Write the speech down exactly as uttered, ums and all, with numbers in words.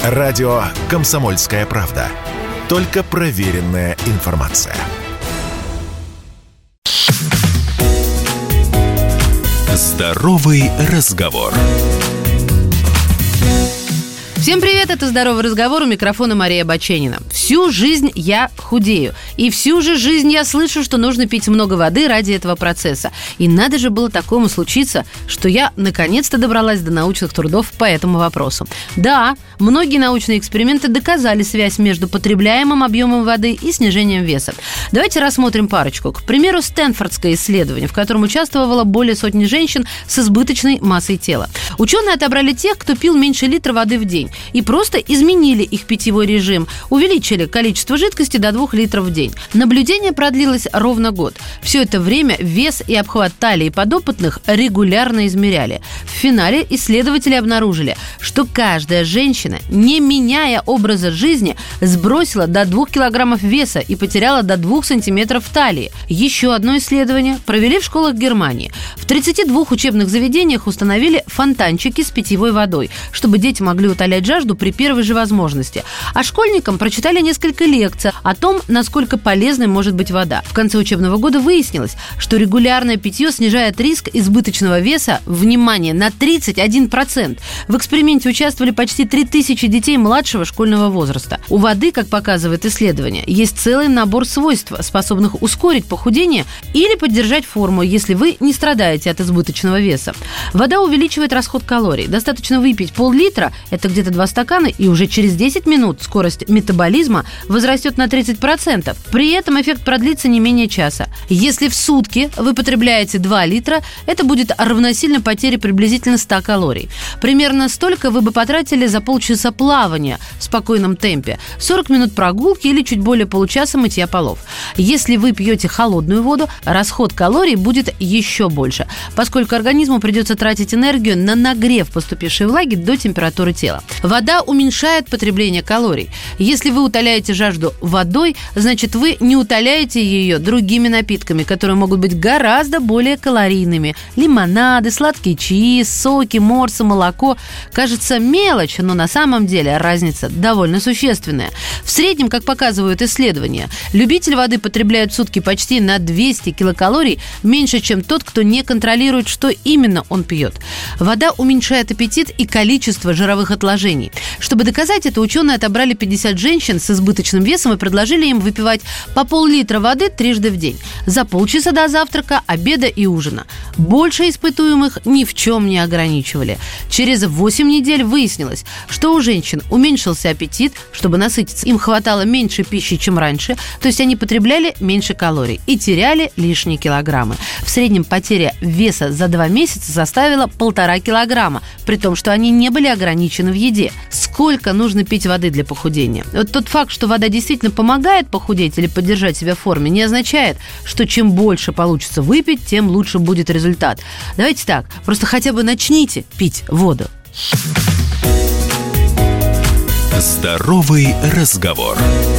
Радио «Комсомольская правда». Только проверенная информация. Здоровый разговор. Всем привет, это «Здоровый разговор», у микрофона Мария Баченина. Всю жизнь я худею, и всю же жизнь я слышу, что нужно пить много воды ради этого процесса. И надо же было такому случиться, что я наконец-то добралась до научных трудов по этому вопросу. Да, многие научные эксперименты доказали связь между потребляемым объемом воды и снижением веса. Давайте рассмотрим парочку. К примеру, Стэнфордское исследование, в котором участвовало более сотни женщин с избыточной массой тела. Ученые отобрали тех, кто пил меньше литра воды в день, и просто изменили их питьевой режим, увеличили количество жидкости до двух литров в день. Наблюдение продлилось ровно год. Все это время вес и обхват талии подопытных регулярно измеряли. В финале исследователи обнаружили, что каждая женщина, не меняя образа жизни, сбросила до двух килограммов веса и потеряла до двух сантиметров талии. Еще одно исследование провели в школах Германии. В тридцати двух учебных заведениях установили фонтанчики с питьевой водой, чтобы дети могли утолять жажду при первой же возможности. А школьникам прочитали несколько лекций о том, насколько полезной может быть вода. В конце учебного года выяснилось, что регулярное питье снижает риск избыточного веса, внимание, на тридцать один процент. В эксперименте участвовали почти три тысячи детей младшего школьного возраста. У воды, как показывает исследование, есть целый набор свойств, способных ускорить похудение или поддержать форму, если вы не страдаете от избыточного веса. Вода увеличивает расход калорий. Достаточно выпить пол-литра, это где-то два стакана, и уже через десять минут скорость метаболизма возрастет на тридцать процентов. При этом эффект продлится не менее часа. Если в сутки вы потребляете два литра, это будет равносильно потере приблизительно ста калорий. Примерно столько вы бы потратили за полчаса плавания в спокойном темпе, сорок минут прогулки или чуть более получаса мытья полов. Если вы пьете холодную воду, расход калорий будет еще больше, поскольку организму придется тратить энергию на нагрев поступившей влаги до температуры тела. Вода уменьшает потребление калорий. Если вы утоляете жажду водой, значит, вы не утоляете ее другими напитками, которые могут быть гораздо более калорийными. Лимонады, сладкие чаи, соки, морсы, молоко. Кажется, мелочь, но на самом деле разница довольно существенная. В среднем, как показывают исследования, любитель воды потребляет в сутки почти на двести килокалорий меньше, чем тот, кто не контролирует, что именно он пьет. Вода уменьшает аппетит и количество жировых отложений. Чтобы доказать это, ученые отобрали пятьдесят женщин с избыточным весом и предложили им выпивать по пол-литра воды трижды в день, за полчаса до завтрака, обеда и ужина. Больше испытуемых ни в чем не ограничивали. Через восемь недель выяснилось, что у женщин уменьшился аппетит, чтобы насытиться. Им хватало меньше пищи, чем раньше, то есть они потребляли меньше калорий и теряли лишние килограммы. В среднем потеря веса за два месяца составила полтора килограмма, при том, что они не были ограничены в еде. Сколько нужно пить воды для похудения? Вот тот факт, что вода действительно помогает похудеть или поддержать себя в форме, не означает, что чем больше получится выпить, тем лучше будет результат. Давайте так, просто хотя бы начните пить воду. Здоровый разговор.